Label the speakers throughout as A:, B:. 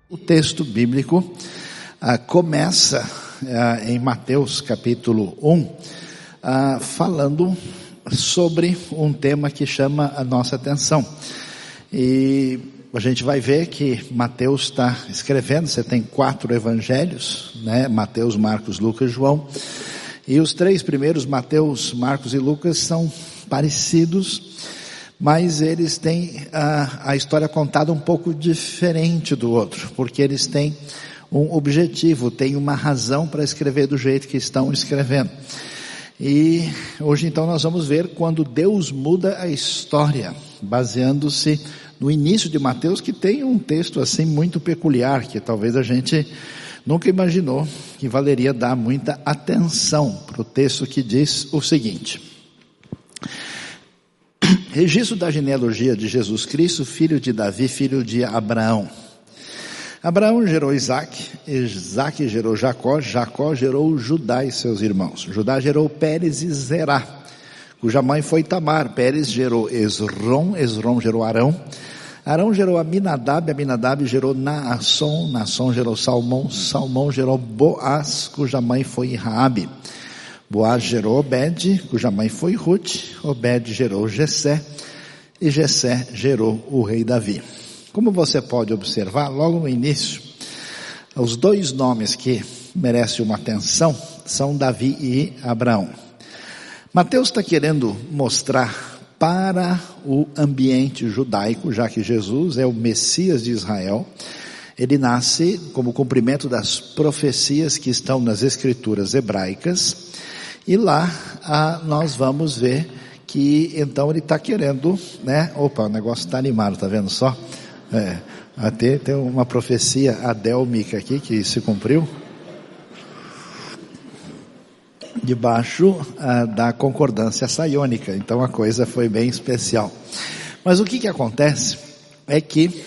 A: O texto bíblico começa em Mateus capítulo 1, falando sobre um tema que chama a nossa atenção. E a gente vai ver que Mateus está escrevendo, você tem 4 evangelhos, né? Mateus, Marcos, Lucas, João. E os 3 primeiros, Mateus, Marcos e Lucas, são parecidos, mas eles têm a história contada um pouco diferente do outro, porque eles têm um objetivo, têm uma razão para escrever do jeito que estão escrevendo. E hoje então nós vamos ver quando Deus muda a história, baseando-se no início de Mateus, que tem um texto assim muito peculiar, que talvez a gente nunca imaginou que valeria dar muita atenção para o texto que diz o seguinte: registro da genealogia de Jesus Cristo, filho de Davi, filho de Abraão. Abraão gerou Isaac, Isaac gerou Jacó, Jacó gerou Judá e seus irmãos. Judá gerou Pérez e Zerá, cuja mãe foi Tamar. Pérez gerou Esrom, Esrom gerou Arão, Arão gerou Aminadab, Aminadab gerou Naasson, Naasson gerou Salmão, Salmão gerou Boaz, cuja mãe foi Raabe. Boaz gerou Obed, cuja mãe foi Ruth, Obed gerou Jessé, e Jessé gerou o rei Davi. Como você pode observar, logo no início, os 2 nomes que merecem uma atenção são Davi e Abraão. Mateus está querendo mostrar para o ambiente judaico, já que Jesus é o Messias de Israel, ele nasce como cumprimento das profecias que estão nas escrituras hebraicas, e lá nós vamos ver que então ele está querendo, né? Opa, o negócio está animado, tá vendo só? Até tem uma profecia adélmica aqui que se cumpriu, debaixo da concordância saiônica. Então a coisa foi bem especial. Mas o que acontece é que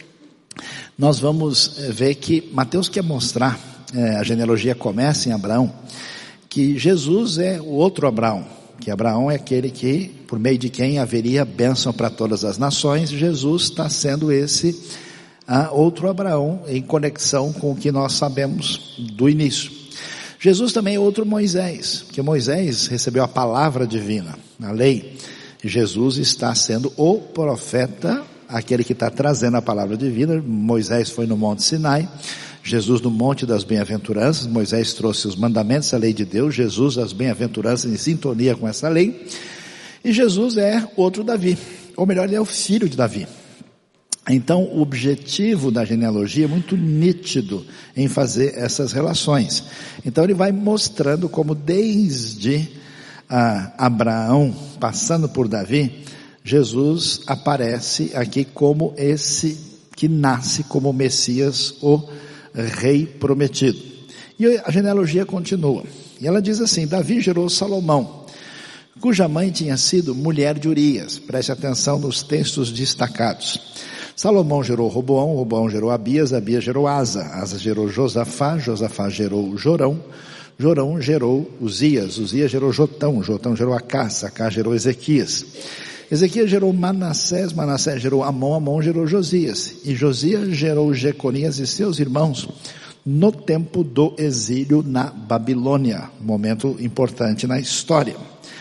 A: nós vamos ver que Mateus quer mostrar, a genealogia começa em Abraão, que Jesus é o outro Abraão, que Abraão é aquele que, por meio de quem haveria bênção para todas as nações. Jesus está sendo esse outro Abraão, em conexão com o que nós sabemos do início. Jesus também é outro Moisés, porque Moisés recebeu a palavra divina, a lei. Jesus está sendo o profeta, aquele que está trazendo a palavra divina. Moisés foi no Monte Sinai, Jesus no Monte das Bem-aventuranças. Moisés trouxe os mandamentos, a lei de Deus. Jesus as bem-aventuranças em sintonia com essa lei. E Jesus é outro Davi, ou melhor, ele é o filho de Davi. Então o objetivo da genealogia é muito nítido em fazer essas relações. Então ele vai mostrando como desde Abraão, passando por Davi, Jesus aparece aqui como esse que nasce como Messias, o rei prometido. E a genealogia continua, e ela diz assim: Davi gerou Salomão, cuja mãe tinha sido mulher de Urias. Preste atenção nos textos destacados. Salomão gerou Roboão, Roboão gerou Abias, Abias gerou Asa, Asa gerou Josafá, Josafá gerou Jorão, Jorão gerou Uzias, Uzias gerou Jotão, Jotão gerou Acás, Acás gerou Ezequias, Ezequias gerou Manassés, Manassés gerou Amon, Amon gerou Josias, e Josias gerou Jeconias e seus irmãos no tempo do exílio na Babilônia, momento importante na história.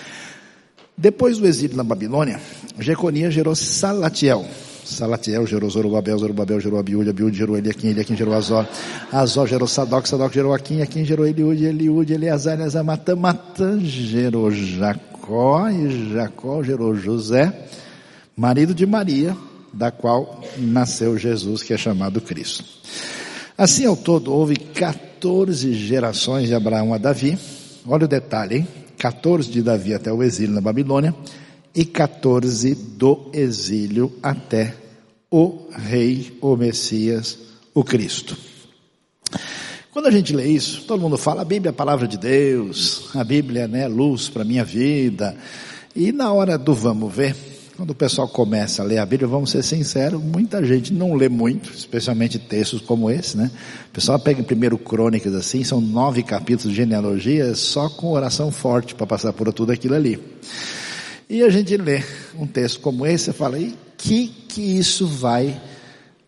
A: Depois do exílio na Babilônia, Jeconias gerou Salatiel, Salatiel gerou Zorobabel, Zorobabel gerou Abiúde, Abiúde gerou Eliaquim, Eliaquim gerou Azor, Azor gerou Sadoc, Sadoc gerou Aquim, Aquim gerou Eliúde, Eliúde, Eleazar, Eleazar, Matã, Matã gerou Jacó, e Jacó gerou José, marido de Maria, da qual nasceu Jesus, que é chamado Cristo. Assim, ao todo, houve 14 gerações de Abraão a Davi. Olha o detalhe, hein? 14 de Davi até o exílio na Babilônia, e 14 do exílio até o rei, o Messias, o Cristo. Quando a gente lê isso, todo mundo fala: a Bíblia é a palavra de Deus, a Bíblia, né, é luz para a minha vida. E na hora do vamos ver, quando o pessoal começa a ler a Bíblia, vamos ser sinceros, muita gente não lê muito, especialmente textos como esse, né? O pessoal pega em 1 Crônicas assim, são 9 capítulos de genealogia, só com oração forte para passar por tudo aquilo ali. E a gente lê um texto como esse e fala: e que isso vai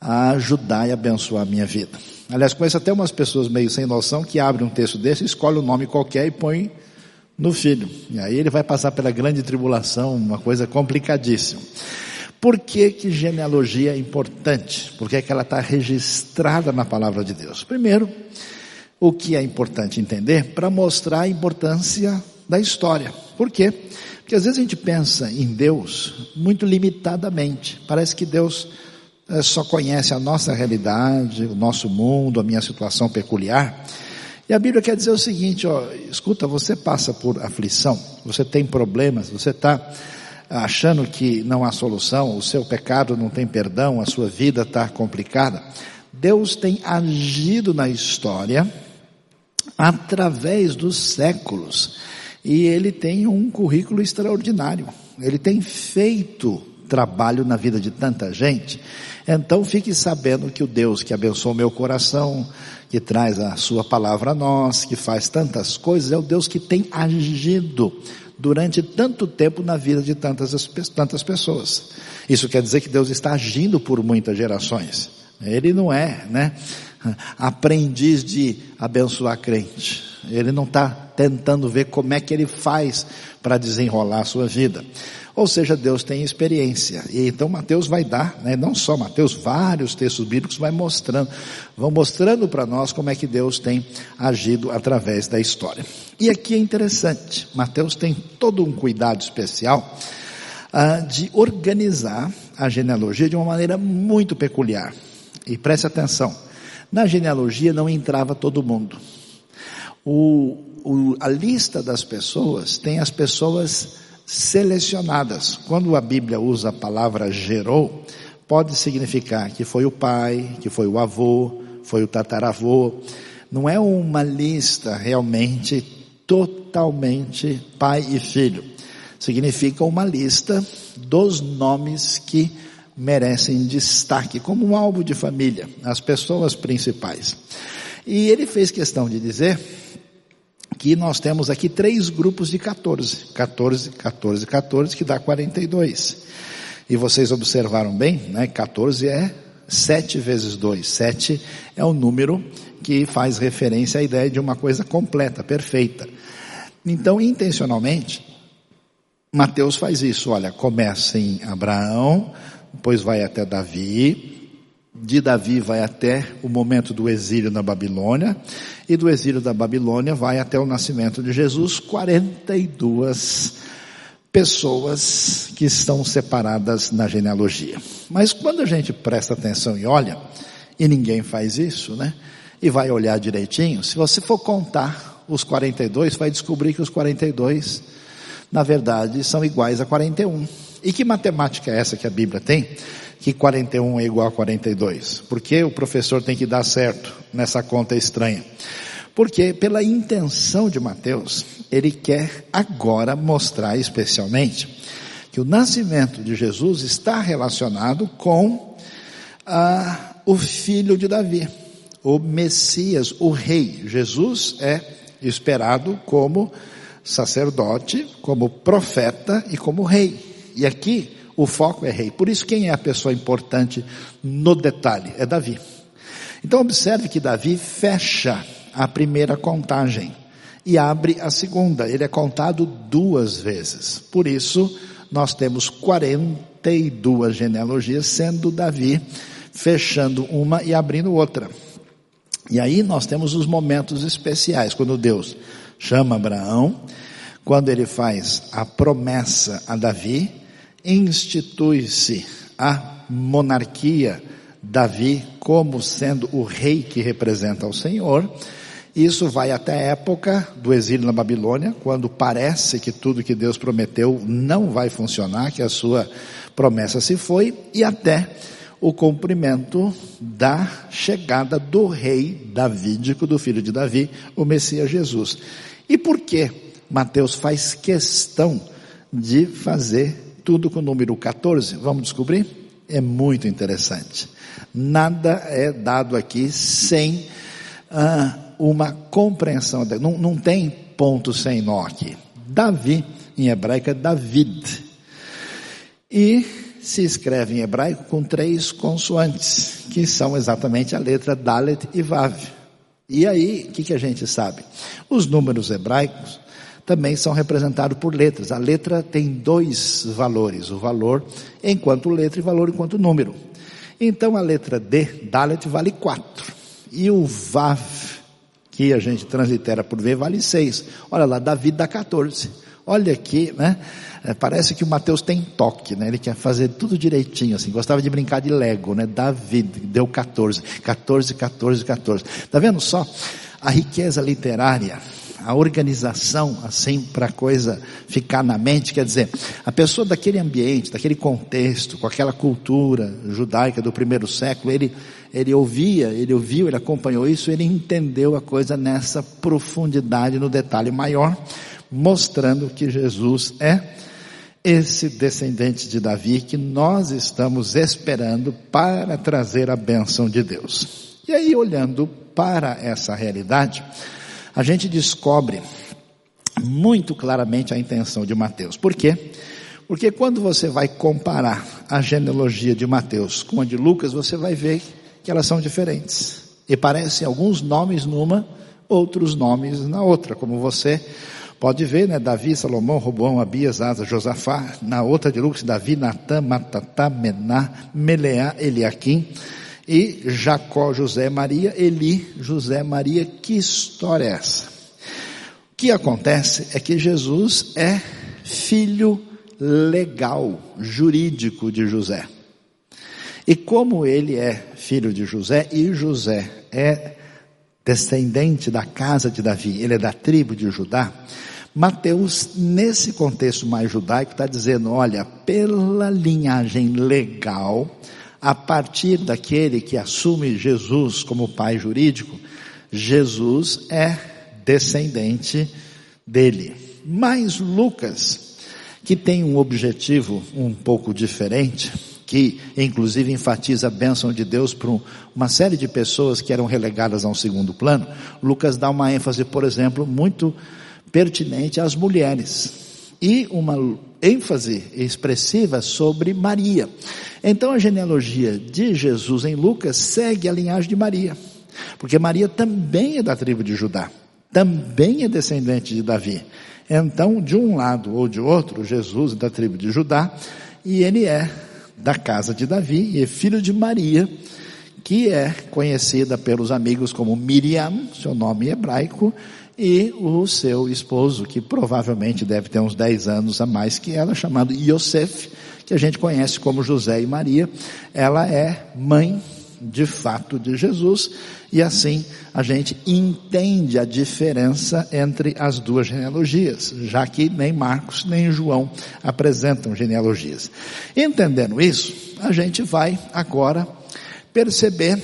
A: a ajudar e abençoar a minha vida. Aliás, conheço até umas pessoas meio sem noção que abrem um texto desse, escolhe um nome qualquer e põe no filho. E aí ele vai passar pela grande tribulação, uma coisa complicadíssima. Por que genealogia é importante? Por que ela está registrada na palavra de Deus? Primeiro, o que é importante entender para mostrar a importância da história. Por quê? Porque às vezes a gente pensa em Deus muito limitadamente. Parece que Deus só conhece a nossa realidade, o nosso mundo, a minha situação peculiar. E a Bíblia quer dizer o seguinte, escuta, você passa por aflição, você tem problemas, você está achando que não há solução, o seu pecado não tem perdão, a sua vida está complicada. Deus tem agido na história através dos séculos. E Ele tem um currículo extraordinário. Ele tem feito trabalho na vida de tanta gente. Então fique sabendo que o Deus que abençoa o meu coração, que traz a sua palavra a nós, que faz tantas coisas, é o Deus que tem agido durante tanto tempo na vida de tantas pessoas. Isso quer dizer que Deus está agindo por muitas gerações. Ele não é, aprendiz de abençoar crente. Ele não está tentando ver como é que ele faz para desenrolar a sua vida. Ou seja, Deus tem experiência. E então Mateus vai dar, não só Mateus, vários textos bíblicos vão mostrando para nós como é que Deus tem agido através da história. E aqui é interessante, Mateus tem todo um cuidado especial de organizar a genealogia de uma maneira muito peculiar. E preste atenção, na genealogia não entrava todo mundo. A lista das pessoas tem as pessoas selecionadas. Quando a Bíblia usa a palavra gerou, pode significar que foi o pai, que foi o avô, foi o tataravô. Não é uma lista realmente totalmente pai e filho. Significa uma lista dos nomes que merecem destaque, como um álbum de família, as pessoas principais. E ele fez questão de dizer que nós temos aqui 3 grupos de 14, que dá 42. E vocês observaram bem, 14 é 7 vezes 2. 7 é o número que faz referência à ideia de uma coisa completa, perfeita. Então, intencionalmente, Mateus faz isso. Olha, começa em Abraão, depois vai até Davi, de Davi vai até o momento do exílio na Babilônia, e do exílio da Babilônia vai até o nascimento de Jesus, 42 pessoas que estão separadas na genealogia. Mas quando a gente presta atenção e olha, e ninguém faz isso, e vai olhar direitinho, se você for contar os 42, vai descobrir que os 42, na verdade, são iguais a 41. E que matemática é essa que a Bíblia tem? Que 41 é igual a 42. Porque o professor tem que dar certo nessa conta estranha. Porque pela intenção de Mateus, ele quer agora mostrar especialmente que o nascimento de Jesus está relacionado com o filho de Davi, o Messias, o rei. Jesus é esperado como sacerdote, como profeta e como rei. E aqui o foco é rei. Por isso quem é a pessoa importante no detalhe? É Davi. Então observe que Davi fecha a primeira contagem e abre a segunda. Ele é contado 2 vezes. Por isso nós temos 42 genealogias, sendo Davi fechando uma e abrindo outra. E aí nós temos os momentos especiais, quando Deus chama Abraão, quando ele faz a promessa a Davi, institui-se a monarquia, Davi como sendo o rei que representa o Senhor. Isso vai até a época do exílio na Babilônia, quando parece que tudo que Deus prometeu não vai funcionar, que a sua promessa se foi, e até o cumprimento da chegada do rei davídico, do filho de Davi, o Messias Jesus. E por que Mateus faz questão de fazer tudo com o número 14? Vamos descobrir? É muito interessante. Nada é dado aqui sem uma compreensão. Não tem ponto sem nó aqui. Davi, em hebraico, é David. E se escreve em hebraico com 3 consoantes, que são exatamente a letra Dalet e Vav. E aí, o que a gente sabe? Os números hebraicos também são representados por letras. A letra tem 2 valores, o valor enquanto letra e valor enquanto número. Então a letra D, Dalet, vale 4. E o Vav, que a gente translitera por V, vale 6. Olha lá, Davi dá 14. Olha aqui, né? Parece que o Mateus tem toque, né? Ele quer fazer tudo direitinho, assim. Gostava de brincar de Lego, né? Davi deu 14. 14, 14, 14. Tá vendo só? A riqueza literária, a organização, assim, para a coisa ficar na mente. Quer dizer, a pessoa daquele ambiente, daquele contexto, com aquela cultura judaica do primeiro século, ele ouvia, ele ouviu, ele acompanhou isso, ele entendeu a coisa nessa profundidade, no detalhe maior, mostrando que Jesus é esse descendente de Davi que nós estamos esperando para trazer a bênção de Deus. E aí, olhando para essa realidade, a gente descobre muito claramente a intenção de Mateus. Por quê? Porque quando você vai comparar a genealogia de Mateus com a de Lucas, você vai ver que elas são diferentes. E parecem alguns nomes numa, outros nomes na outra, como você pode ver, né? Davi, Salomão, Roboão, Abias, Asa, Josafá. Na outra de Lucas, Davi, Natã, Matatá, Mená, Meleá, Eliaquim. E Jacó, José, Maria, Eli, José, Maria. Que história é essa? O que acontece é que Jesus é filho legal, jurídico de José. E como ele é filho de José, e José é descendente da casa de Davi, ele é da tribo de Judá, Mateus, nesse contexto mais judaico, está dizendo, olha, pela linhagem legal, a partir daquele que assume Jesus como pai jurídico, Jesus é descendente dele. Mas Lucas, que tem um objetivo um pouco diferente, que inclusive enfatiza a bênção de Deus para uma série de pessoas que eram relegadas a um segundo plano, Lucas dá uma ênfase, por exemplo, muito pertinente às mulheres, e uma ênfase expressiva sobre Maria. Então a genealogia de Jesus em Lucas segue a linhagem de Maria, porque Maria também é da tribo de Judá, também é descendente de Davi. Então, de um lado ou de outro, Jesus é da tribo de Judá, e ele é da casa de Davi, e é filho de Maria, que é conhecida pelos amigos como Miriam, seu nome hebraico, e o seu esposo, que provavelmente deve ter uns 10 anos a mais que ela, chamado Yosef, que a gente conhece como José e Maria. Ela é mãe, de fato, de Jesus, e assim a gente entende a diferença entre as duas genealogias, já que nem Marcos nem João apresentam genealogias. Entendendo isso, a gente vai agora perceber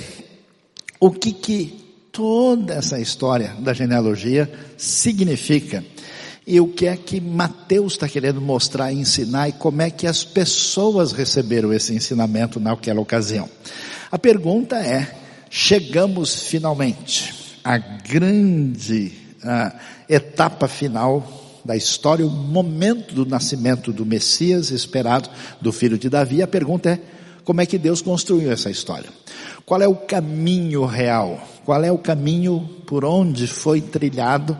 A: o que toda essa história da genealogia significa e o que é que Mateus está querendo mostrar e ensinar, e como é que as pessoas receberam esse ensinamento naquela ocasião. A pergunta é, chegamos finalmente à grande etapa final da história, o momento do nascimento do Messias esperado, do filho de Davi. A pergunta é, como é que Deus construiu essa história? Qual é o caminho real? Qual é o caminho por onde foi trilhado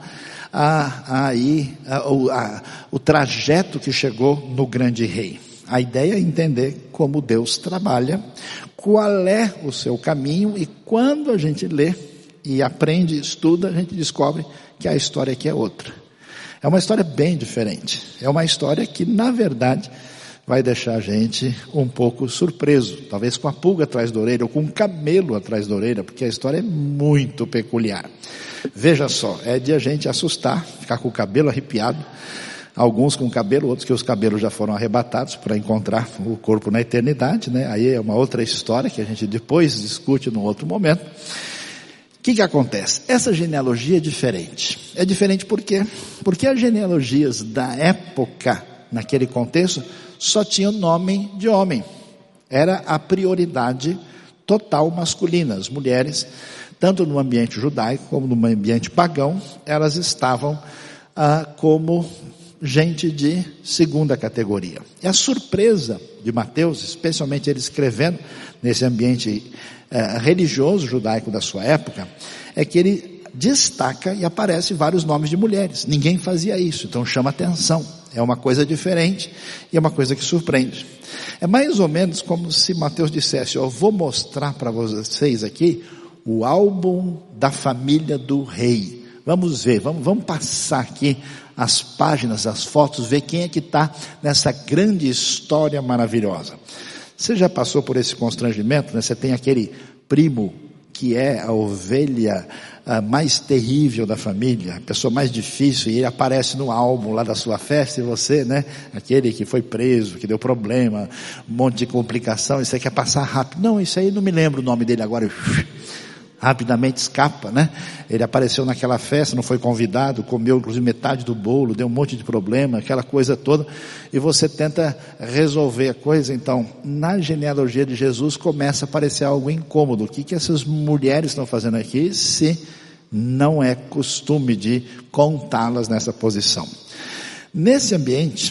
A: o trajeto que chegou no grande rei? A ideia é entender como Deus trabalha, qual é o seu caminho, e quando a gente lê e aprende, estuda, a gente descobre que a história aqui é outra. É uma história bem diferente. É uma história que, na verdade, vai deixar a gente um pouco surpreso, talvez com a pulga atrás da orelha, ou com um camelo atrás da orelha, porque a história é muito peculiar. Veja só, é de a gente assustar, ficar com o cabelo arrepiado, alguns com cabelo, outros que os cabelos já foram arrebatados para encontrar o corpo na eternidade, né? Aí é uma outra história que a gente depois discute num outro momento. O que acontece? Essa genealogia é diferente. É diferente por quê? Porque as genealogias da época, naquele contexto, só tinham nome de homem. Era a prioridade total masculina. As mulheres, tanto no ambiente judaico como no ambiente pagão, elas estavam como gente de segunda categoria. E a surpresa de Mateus, especialmente ele escrevendo nesse ambiente religioso judaico da sua época, é que ele destaca e aparece vários nomes de mulheres. Ninguém fazia isso, então chama atenção. É uma coisa diferente e é uma coisa que surpreende. É mais ou menos como se Mateus dissesse: eu vou mostrar para vocês aqui o álbum da família do rei. Vamos ver, vamos passar aqui as páginas, as fotos, ver quem é que está nessa grande história maravilhosa. Você já passou por esse constrangimento, né? Você tem aquele primo que é a ovelha mais terrível da família, a pessoa mais difícil, e ele aparece no álbum lá da sua festa, e você, né, aquele que foi preso, que deu problema, um monte de complicação, e você quer passar rápido. Não, isso aí não me lembro o nome dele agora. Rapidamente escapa, né? Ele apareceu naquela festa, não foi convidado, comeu inclusive metade do bolo, deu um monte de problema, aquela coisa toda, e você tenta resolver a coisa. Então, na genealogia de Jesus começa a aparecer algo incômodo. O que essas mulheres estão fazendo aqui, se não é costume de contá-las nessa posição? Nesse ambiente,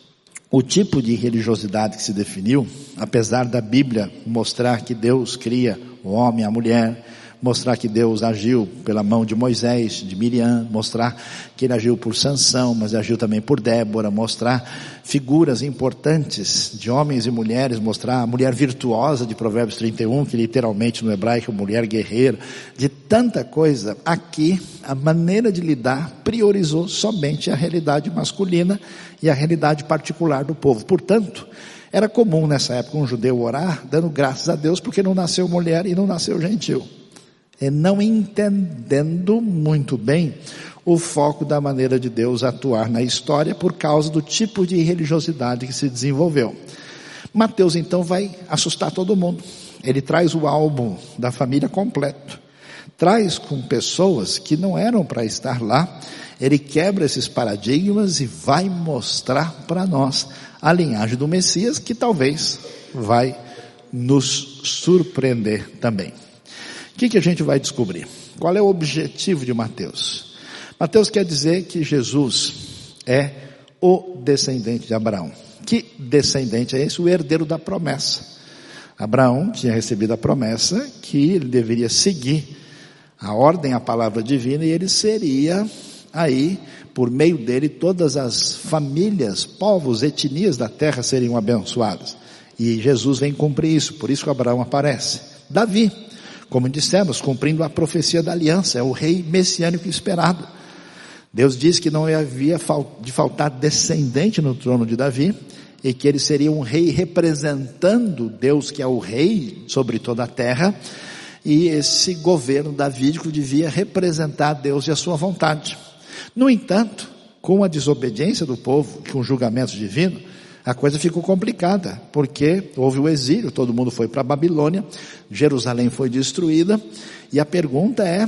A: o tipo de religiosidade que se definiu, apesar da Bíblia mostrar que Deus cria o homem e a mulher, mostrar que Deus agiu pela mão de Moisés, de Miriam, mostrar que ele agiu por Sansão, mas agiu também por Débora, mostrar figuras importantes de homens e mulheres, mostrar a mulher virtuosa de Provérbios 31, que literalmente no hebraico é mulher guerreira, de tanta coisa. Aqui, a maneira de lidar priorizou somente a realidade masculina e a realidade particular do povo. Portanto, era comum nessa época um judeu orar, dando graças a Deus porque não nasceu mulher e não nasceu gentil. E não entendendo muito bem o foco da maneira de Deus atuar na história por causa do tipo de religiosidade que se desenvolveu. Mateus então vai assustar todo mundo. Ele traz o álbum da família completo. Traz com pessoas que não eram para estar lá. Ele quebra esses paradigmas e vai mostrar para nós a linhagem do Messias, que talvez vai nos surpreender também. O que a gente vai descobrir? Qual é o objetivo de Mateus? Mateus quer dizer que Jesus é o descendente de Abraão. Que descendente é esse? O herdeiro da promessa. Abraão tinha recebido a promessa que ele deveria seguir a ordem, a palavra divina, e ele seria aí, por meio dele, todas as famílias, povos, etnias da terra seriam abençoadas. E Jesus vem cumprir isso, por isso que Abraão aparece. Davi, como dissemos, cumprindo a profecia da aliança, é o rei messiânico esperado. Deus disse que não havia de faltar descendente no trono de Davi, e que ele seria um rei representando Deus, que é o rei sobre toda a terra, e esse governo davídico devia representar Deus e a sua vontade. No entanto, com a desobediência do povo, com o julgamento divino, a coisa ficou complicada, porque houve o exílio, todo mundo foi para a Babilônia, Jerusalém foi destruída, e a pergunta é: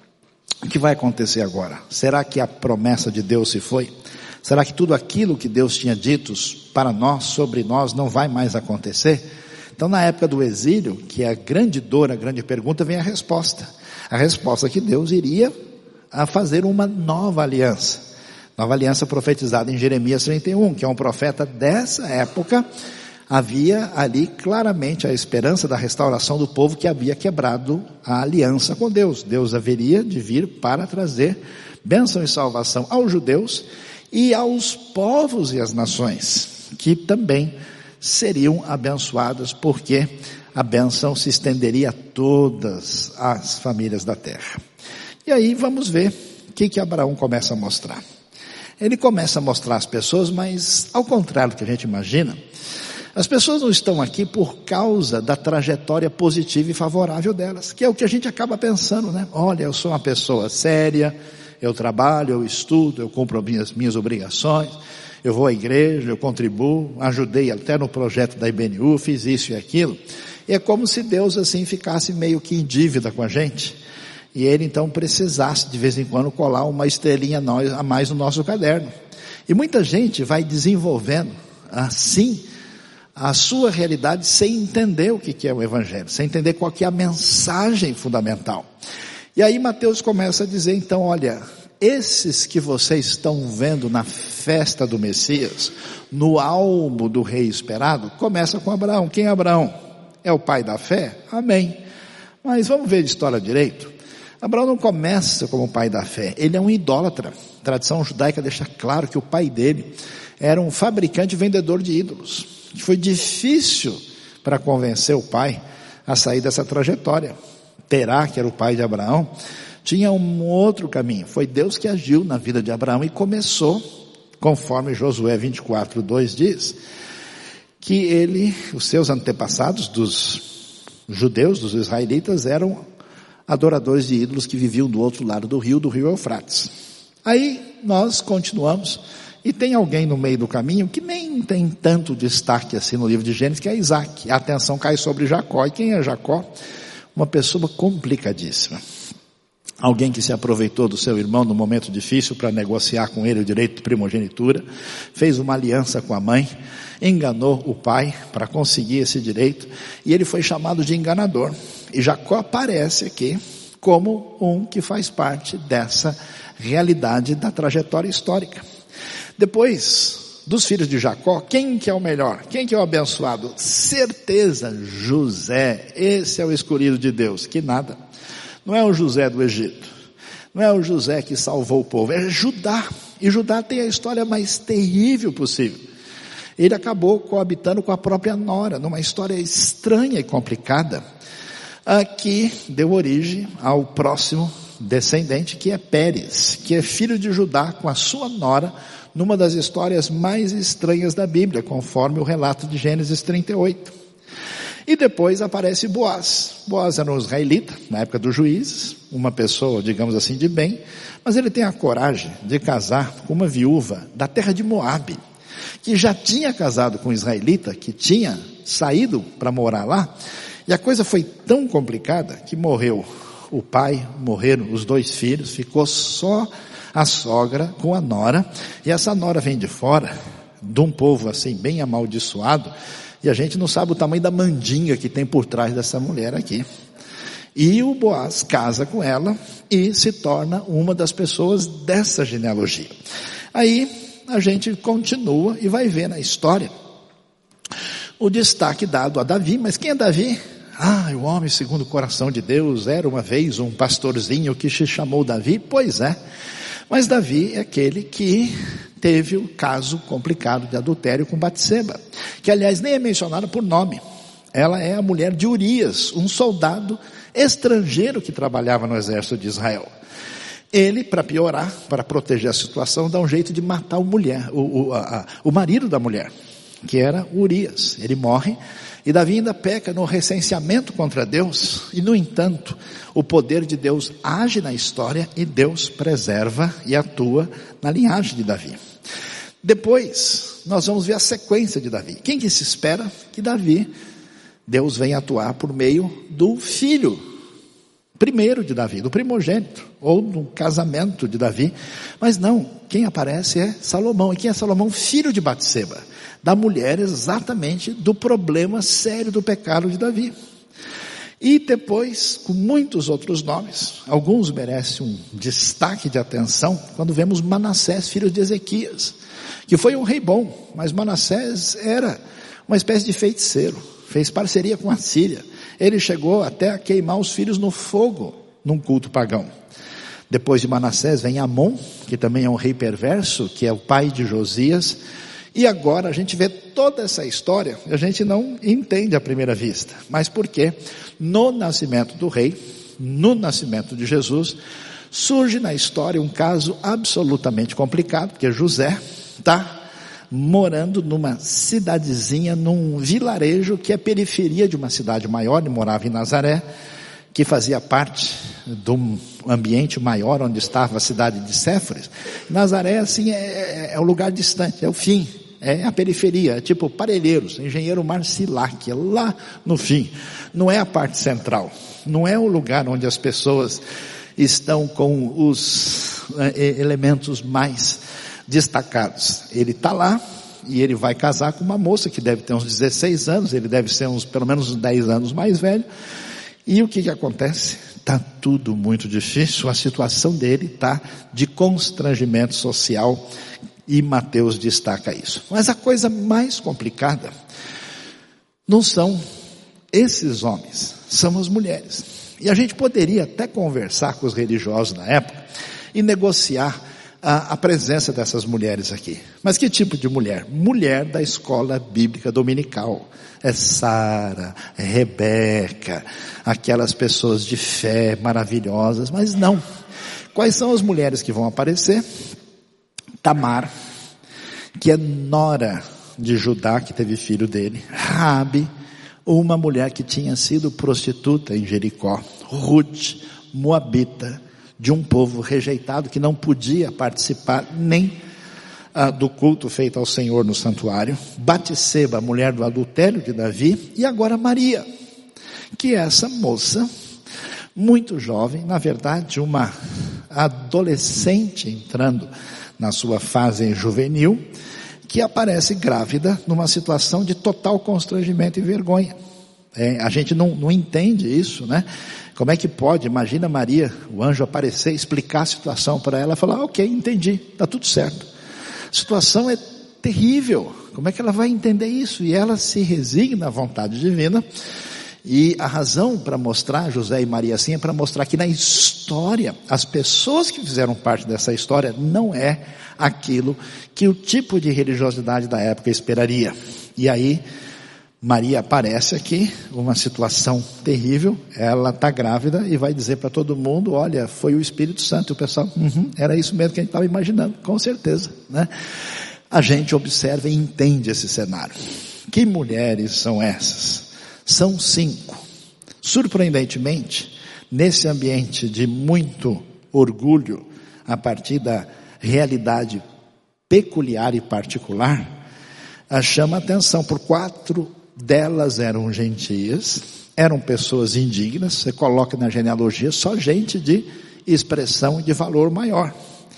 A: o que vai acontecer agora? Será que a promessa de Deus se foi? Será que tudo aquilo que Deus tinha dito para nós, sobre nós, não vai mais acontecer? Então, na época do exílio, que é a grande dor, a grande pergunta, vem a resposta. A resposta é que Deus iria a fazer uma nova aliança. Nova aliança profetizada em Jeremias 31, que é um profeta dessa época. Havia ali claramente a esperança da restauração do povo que havia quebrado a aliança com Deus. Deus haveria de vir para trazer bênção e salvação aos judeus e aos povos e às nações, que também seriam abençoadas, porque a bênção se estenderia a todas as famílias da terra. E aí vamos ver o que Abraão começa a mostrar. Ele começa a mostrar às pessoas, mas ao contrário do que a gente imagina, as pessoas não estão aqui por causa da trajetória positiva e favorável delas, que é o que a gente acaba pensando, né? Olha, eu sou uma pessoa séria, eu trabalho, eu estudo, eu cumpro as minhas obrigações, eu vou à igreja, eu contribuo, ajudei até no projeto da IBNU, fiz isso e aquilo. E é como se Deus assim ficasse meio que em dívida com a gente, e ele então precisasse de vez em quando colar uma estrelinha a mais no nosso caderno. E muita gente vai desenvolvendo assim a sua realidade sem entender o que é o evangelho, sem entender qual que é a mensagem fundamental. E aí Mateus começa a dizer então, olha, esses que vocês estão vendo na festa do Messias, no almo do rei esperado, começa com Abraão. Quem é Abraão? É o pai da fé? Amém. Mas vamos ver de história direito. Abraão não começa como pai da fé, ele é um idólatra. A tradição judaica deixa claro que o pai dele era um fabricante e vendedor de ídolos. Foi difícil para convencer o pai a sair dessa trajetória. Terá, que era o pai de Abraão, tinha um outro caminho. Foi Deus que agiu na vida de Abraão e começou, conforme Josué 24:2 diz, que os seus antepassados dos judeus, dos israelitas, eram adoradores de ídolos que viviam do outro lado do rio Eufrates. Aí nós continuamos, e tem alguém no meio do caminho que nem tem tanto destaque assim no livro de Gênesis, que é Isaac. A atenção cai sobre Jacó. E quem é Jacó? Uma pessoa complicadíssima. Alguém que se aproveitou do seu irmão no momento difícil para negociar com ele o direito de primogenitura, fez uma aliança com a mãe, enganou o pai para conseguir esse direito, e ele foi chamado de enganador. E Jacó aparece aqui como um que faz parte dessa realidade da trajetória histórica. Depois dos filhos de Jacó, quem que é o melhor? Quem que é o abençoado? Certeza, José. Esse é o escolhido de Deus. Que nada. Não é o José do Egito. Não é o José que salvou o povo. É Judá. E Judá tem a história mais terrível possível. Ele acabou coabitando com a própria nora, numa história estranha e complicada, que deu origem ao próximo descendente, que é Pérez, que é filho de Judá com a sua nora, numa das histórias mais estranhas da Bíblia, conforme o relato de Gênesis 38. E depois aparece Boaz. Boaz era um israelita, na época dos juízes, uma pessoa, digamos assim, de bem, mas ele tem a coragem de casar com uma viúva da terra de Moabe, que já tinha casado com um israelita, que tinha saído para morar lá, e a coisa foi tão complicada que morreu o pai, morreram os 2 filhos, ficou só a sogra com a nora, e essa nora vem de fora, de um povo assim bem amaldiçoado, e a gente não sabe o tamanho da mandinga que tem por trás dessa mulher aqui. E o Boaz casa com ela e se torna uma das pessoas dessa genealogia. Aí a gente continua e vai ver na história o destaque dado a Davi. Mas quem é Davi? O homem segundo o coração de Deus, era uma vez um pastorzinho que se chamou Davi. Pois é, mas Davi é aquele que teve o caso complicado de adultério com Batseba, que aliás nem é mencionada por nome. Ela é a mulher de Urias, um soldado estrangeiro que trabalhava no exército de Israel. Ele, para piorar, para proteger a situação, dá um jeito de matar o marido da mulher, que era Urias. Ele morre. E Davi ainda peca no recenseamento contra Deus, e no entanto, o poder de Deus age na história e Deus preserva e atua na linhagem de Davi. Depois, nós vamos ver a sequência de Davi. Quem que se espera? Que Deus venha atuar por meio do filho primeiro de Davi, do primogênito, ou do casamento de Davi. Mas não, quem aparece é Salomão. E quem é Salomão? Filho de Batseba, da mulher exatamente do problema sério do pecado de Davi. E depois, com muitos outros nomes, alguns merecem um destaque de atenção, quando vemos Manassés, filho de Ezequias, que foi um rei bom, mas Manassés era uma espécie de feiticeiro, fez parceria com a Síria. Ele chegou até a queimar os filhos no fogo, num culto pagão. Depois de Manassés vem Amon, que também é um rei perverso, que é o pai de Josias. E agora a gente vê toda essa história, a gente não entende à primeira vista. Mas por quê? No nascimento do rei, no nascimento de Jesus, surge na história um caso absolutamente complicado, porque José está morando numa cidadezinha, num vilarejo que é periferia de uma cidade maior. Ele morava em Nazaré, que fazia parte do ambiente maior onde estava a cidade de Séforis. Nazaré, assim, é um lugar distante, é o fim, é a periferia, é tipo Parelheiros, Engenheiro Marcilac, é lá no fim. Não é a parte central, não é o lugar onde as pessoas estão com os elementos mais destacados. Ele está lá e ele vai casar com uma moça que deve ter uns 16 anos, ele deve ser pelo menos uns 10 anos mais velho. E o que acontece? está tudo muito difícil, a situação dele está de constrangimento social, e Mateus destaca isso. Mas a coisa mais complicada não são esses homens, são as mulheres. E a gente poderia até conversar com os religiosos na época e negociar a presença dessas mulheres aqui. Mas que tipo de mulher? Mulher da escola bíblica dominical. É Sara, é Rebeca, aquelas pessoas de fé maravilhosas, mas não. Quais são as mulheres que vão aparecer? Tamar, que é nora de Judá, que teve filho dele. Raabe, uma mulher que tinha sido prostituta em Jericó. Ruth, moabita, de um povo rejeitado, que não podia participar nem do culto feito ao Senhor no santuário. Batseba, mulher do adultério de Davi. E agora Maria, que é essa moça, muito jovem, na verdade uma adolescente entrando na sua fase juvenil, que aparece grávida numa situação de total constrangimento e vergonha. A gente não entende isso, né? Como é que pode? Imagina Maria, o anjo aparecer, explicar a situação para ela, falar, ok, entendi, está tudo certo. A situação é terrível, como é que ela vai entender isso? E ela se resigna à vontade divina, e a razão para mostrar José e Maria assim é para mostrar que na história, as pessoas que fizeram parte dessa história não é aquilo que o tipo de religiosidade da época esperaria. E aí, Maria aparece aqui, uma situação terrível, ela está grávida e vai dizer para todo mundo, olha, foi o Espírito Santo. E o pessoal, era isso mesmo que a gente estava imaginando, com certeza, né? A gente observa e entende esse cenário. Que mulheres são essas? São 5. Surpreendentemente, nesse ambiente de muito orgulho, a partir da realidade peculiar e particular, chama a atenção por 4 delas eram gentias, eram pessoas indignas. Você coloca na genealogia só gente de expressão e de valor maior.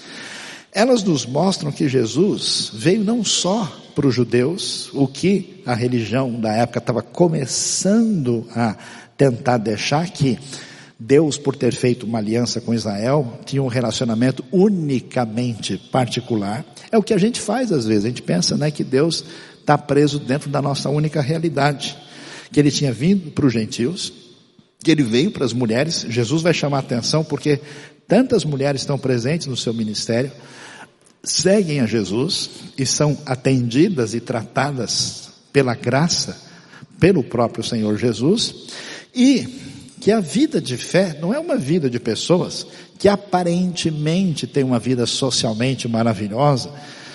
A: Elas nos mostram que Jesus veio não só para os judeus, o que a religião da época estava começando a tentar deixar, que Deus, por ter feito uma aliança com Israel, tinha um relacionamento unicamente particular. É o que a gente faz às vezes, a gente pensa, né, que Deus está preso dentro da nossa única realidade, que ele tinha vindo para os gentios, que ele veio para as mulheres. Jesus vai chamar a atenção porque tantas mulheres estão presentes no seu ministério, seguem a Jesus e são atendidas e tratadas pela graça, pelo próprio Senhor Jesus, e que a vida de fé não é uma vida de pessoas que aparentemente têm uma vida socialmente maravilhosa,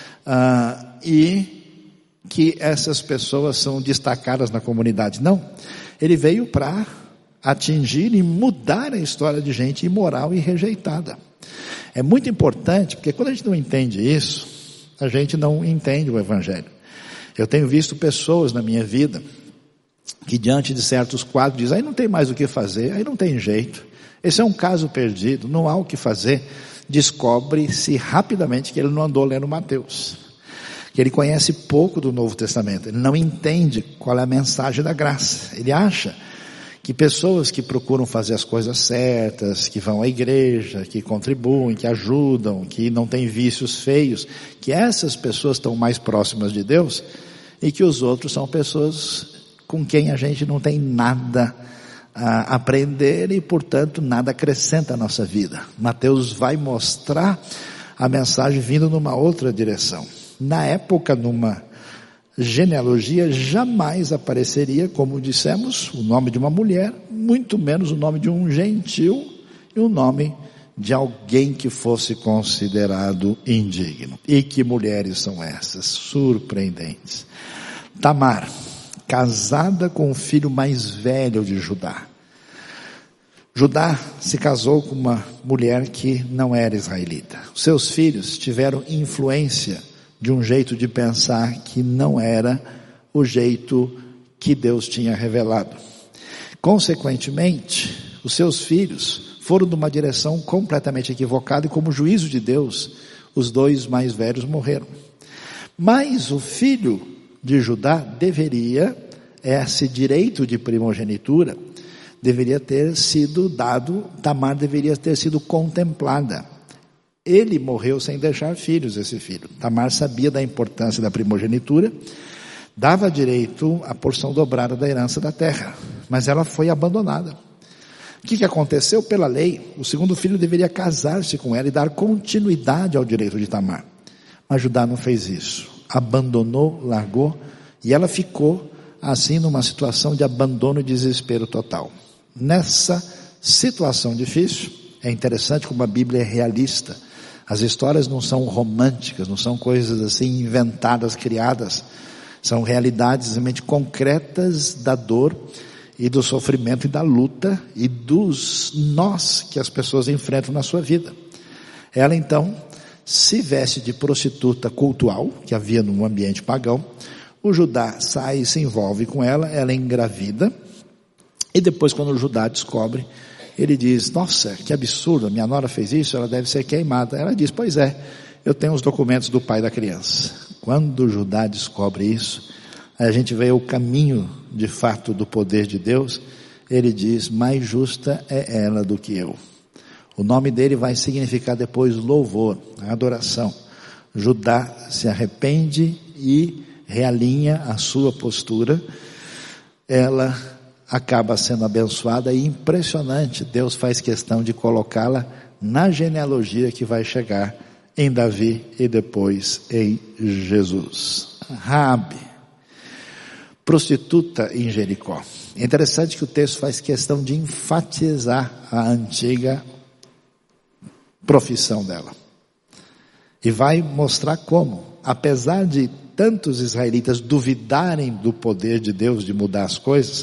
A: e que essas pessoas são destacadas na comunidade. Não, ele veio para atingir e mudar a história de gente imoral e rejeitada. É muito importante, porque quando a gente não entende isso, a gente não entende o Evangelho. Eu tenho visto pessoas na minha vida que diante de certos quadros dizem, aí não tem mais o que fazer, aí não tem jeito, esse é um caso perdido, não há o que fazer. Descobre-se rapidamente que ele não andou lendo Mateus, que ele conhece pouco do Novo Testamento, ele não entende qual é a mensagem da graça. Ele acha que pessoas que procuram fazer as coisas certas, que vão à igreja, que contribuem, que ajudam, que não têm vícios feios, que essas pessoas estão mais próximas de Deus, e que os outros são pessoas com quem a gente não tem nada a aprender e, portanto, nada acrescenta à nossa vida. Mateus vai mostrar a mensagem vindo numa outra direção. Na época, numa genealogia, jamais apareceria, como dissemos, o nome de uma mulher, muito menos o nome de um gentil e o nome de alguém que fosse considerado indigno. E que mulheres são essas? Surpreendentes. Tamar, casada com o filho mais velho de Judá. Judá se casou com uma mulher que não era israelita. Os seus filhos tiveram influência de um jeito de pensar que não era o jeito que Deus tinha revelado. Consequentemente, os seus filhos foram numa direção completamente equivocada, e como juízo de Deus, os 2 mais velhos morreram. Mas o filho de Judá deveria, esse direito de primogenitura, deveria ter sido dado, Tamar deveria ter sido contemplada. Ele morreu sem deixar filhos, esse filho. Tamar sabia da importância da primogenitura, dava direito à porção dobrada da herança da terra, mas ela foi abandonada. O que aconteceu? Pela lei, o segundo filho deveria casar-se com ela e dar continuidade ao direito de Tamar. Mas Judá não fez isso. Abandonou, largou, e ela ficou assim numa situação de abandono e desespero total. Nessa situação difícil, é interessante como a Bíblia é realista. As histórias não são românticas, não são coisas assim inventadas, criadas. São realidades realmente concretas da dor e do sofrimento e da luta e dos nós que as pessoas enfrentam na sua vida. Ela então se veste de prostituta cultual, que havia num ambiente pagão. O Judá sai e se envolve com ela, ela é engravida, e depois quando o Judá descobre, ele diz: nossa, que absurdo, minha nora fez isso, ela deve ser queimada. Ela diz: pois é, eu tenho os documentos do pai da criança. Quando o Judá descobre isso, a gente vê o caminho de fato do poder de Deus. Ele diz: mais justa é ela do que eu. O nome dele vai significar depois louvor, adoração. Judá se arrepende e realinha a sua postura. Ela acaba sendo abençoada e impressionante. Deus faz questão de colocá-la na genealogia que vai chegar em Davi e depois em Jesus. Raabe, prostituta em Jericó. É interessante que o texto faz questão de enfatizar a antiga profissão dela. E vai mostrar como, apesar de tantos israelitas duvidarem do poder de Deus de mudar as coisas,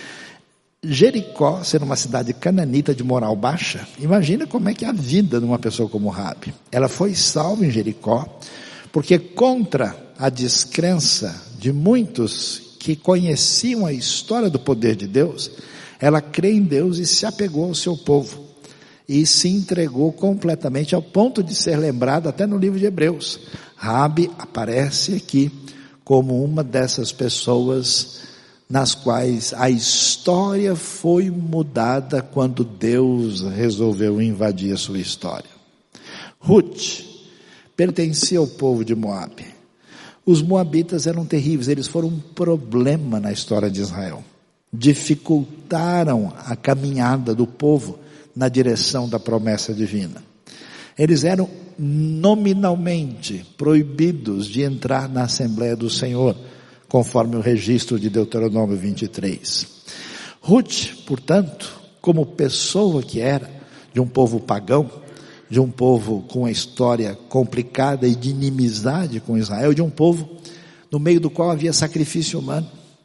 A: Jericó, sendo uma cidade cananita de moral baixa, imagina como é que é a vida de uma pessoa como Raabe. Ela foi salva em Jericó, porque contra a descrença de muitos que conheciam a história do poder de Deus, ela crê em Deus e se apegou ao seu povo. E se entregou completamente ao ponto de ser lembrada até no livro de Hebreus. Raabe aparece aqui como uma dessas pessoas nas quais a história foi mudada quando Deus resolveu invadir a sua história. Ruth pertencia ao povo de Moabe. Os moabitas eram terríveis, eles foram um problema na história de Israel. Dificultaram a caminhada do povo na direção da promessa divina. Eles eram nominalmente proibidos de entrar na Assembleia do Senhor, conforme o registro de Deuteronômio 23. Ruth, portanto, como pessoa que era de um povo pagão, de um povo com uma história complicada e de inimizade com Israel, de um povo no meio do qual havia sacrifício humano,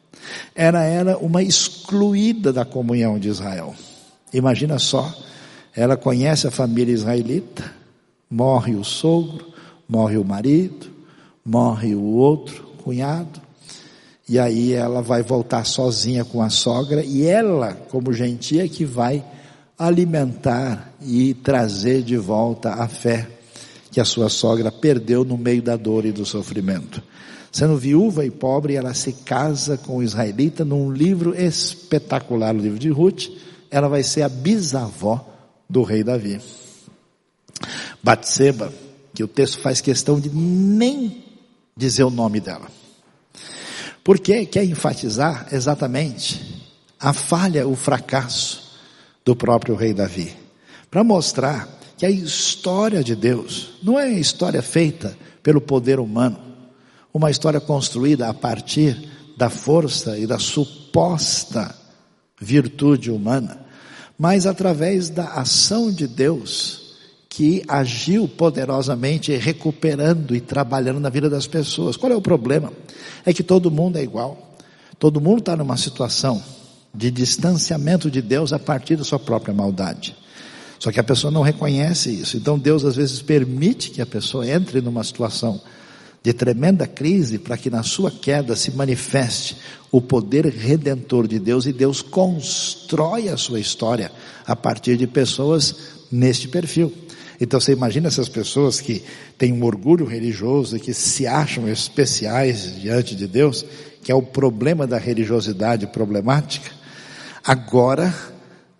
A: era uma excluída da comunhão de Israel. Imagina só, ela conhece a família israelita, morre o sogro, morre o marido, morre o outro cunhado, e aí ela vai voltar sozinha com a sogra, e ela, como gentia, que vai alimentar e trazer de volta a fé que a sua sogra perdeu no meio da dor e do sofrimento. Sendo viúva e pobre, ela se casa com o israelita num livro espetacular, o livro de Ruth. Ela vai ser a bisavó do rei Davi. Batseba, que o texto faz questão de nem dizer o nome dela, porque quer enfatizar exatamente a falha, o fracasso do próprio rei Davi, para mostrar que a história de Deus não é uma história feita pelo poder humano, uma história construída a partir da força e da suposta virtude humana, mas através da ação de Deus que agiu poderosamente, recuperando e trabalhando na vida das pessoas. Qual é o problema? É que todo mundo é igual. Todo mundo está numa situação de distanciamento de Deus a partir da sua própria maldade. Só que a pessoa não reconhece isso. Então Deus às vezes permite que a pessoa entre numa situação de tremenda crise para que na sua queda se manifeste o poder redentor de Deus, e Deus constrói a sua história a partir de pessoas neste perfil. Então você imagina essas pessoas que têm um orgulho religioso e que se acham especiais diante de Deus, que é o problema da religiosidade problemática. Agora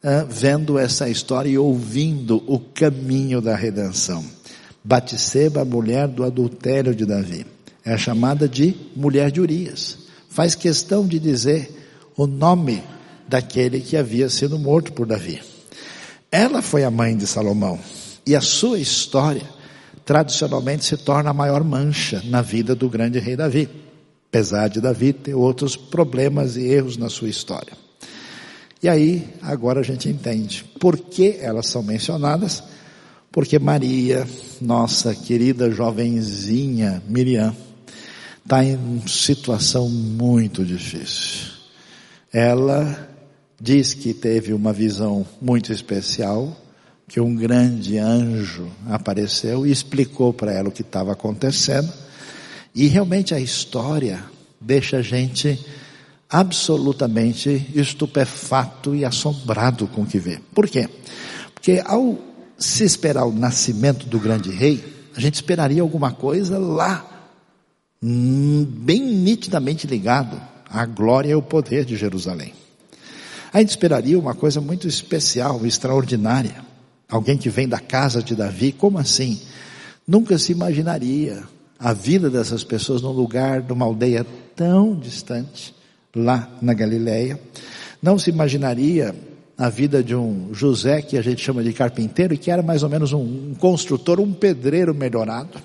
A: vendo essa história e ouvindo o caminho da redenção. Batseba, a mulher do adultério de Davi, é chamada de mulher de Urias. Faz questão de dizer o nome daquele que havia sido morto por Davi. Ela foi a mãe de Salomão, e a sua história tradicionalmente se torna a maior mancha na vida do grande rei Davi, apesar de Davi ter outros problemas e erros na sua história. E aí, agora a gente entende por que elas são mencionadas. Porque Maria, nossa querida jovenzinha Miriam, está em situação muito difícil. Ela diz que teve uma visão muito especial, que um grande anjo apareceu e explicou para ela o que estava acontecendo. E realmente a história deixa a gente absolutamente estupefato e assombrado com o que vê. Por quê? Porque ao se esperar o nascimento do grande rei, a gente esperaria alguma coisa lá, bem nitidamente ligado à glória e ao poder de Jerusalém. A gente esperaria uma coisa muito especial, extraordinária. Alguém que vem da casa de Davi. Como assim? Nunca se imaginaria a vida dessas pessoas num lugar, numa aldeia tão distante, lá na Galileia. Não se imaginaria a vida de um José, que a gente chama de carpinteiro, e que era mais ou menos um construtor, um pedreiro melhorado.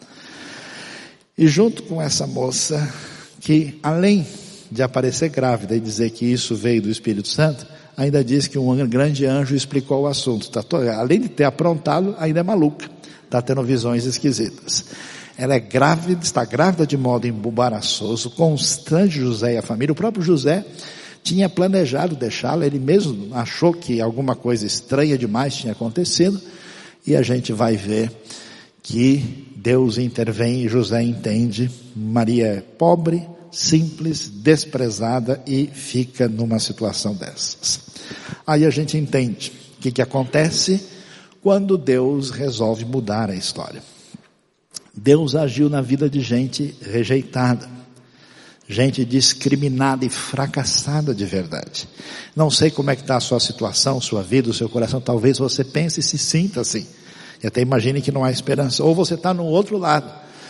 A: E junto com essa moça, que além de aparecer grávida e dizer que isso veio do Espírito Santo, ainda diz que um grande anjo explicou o assunto. Além de ter aprontado, ainda é maluca. Está tendo visões esquisitas. Ela é grávida, está grávida de modo embaraçoso, constrange José e a família. O próprio José tinha planejado deixá-la, ele mesmo achou que alguma coisa estranha demais tinha acontecido, e a gente vai ver que Deus intervém e José entende. Maria é pobre, simples, desprezada e fica numa situação dessas. Aí a gente entende o que acontece quando Deus resolve mudar a história. Deus agiu na vida de gente rejeitada, gente discriminada e fracassada de verdade. Não sei como é que está a sua situação, sua vida, o seu coração. Talvez você pense e se sinta assim. E até imagine que não há esperança. Ou você está no outro lado,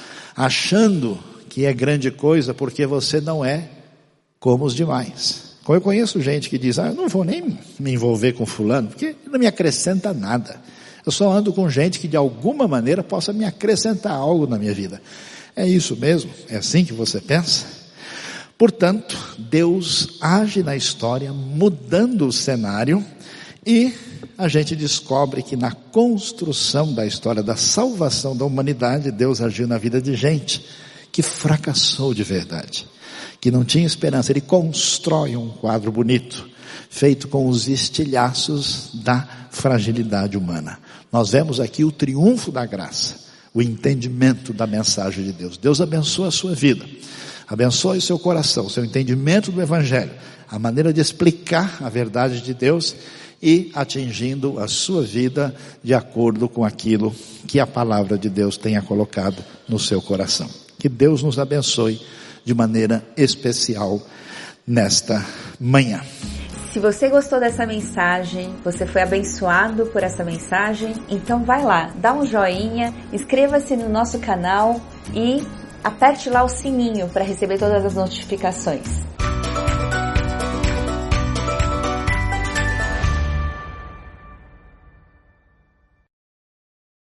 A: achando que é grande coisa porque você não é como os demais. Eu conheço gente que diz, eu não vou nem me envolver com fulano, porque não me acrescenta nada. Eu só ando com gente que de alguma maneira possa me acrescentar algo na minha vida. É isso mesmo? É assim que você pensa? Portanto, Deus age na história, mudando o cenário, e a gente descobre que na construção da história da salvação da humanidade, Deus agiu na vida de gente que fracassou de verdade, que não tinha esperança. Ele constrói um quadro bonito, feito com os estilhaços da fragilidade humana. Nós vemos aqui o triunfo da graça, o entendimento da mensagem de Deus. Deus abençoa a sua vida, abençoe o seu coração, o seu entendimento do Evangelho, a maneira de explicar a verdade de Deus e atingindo a sua vida de acordo com aquilo que a palavra de Deus tenha colocado no seu coração. Que Deus nos abençoe de maneira especial nesta manhã.
B: Se você gostou dessa mensagem, você foi abençoado por essa mensagem, então vai lá, dá um joinha, inscreva-se no nosso canal e aperte lá o sininho para receber todas as notificações.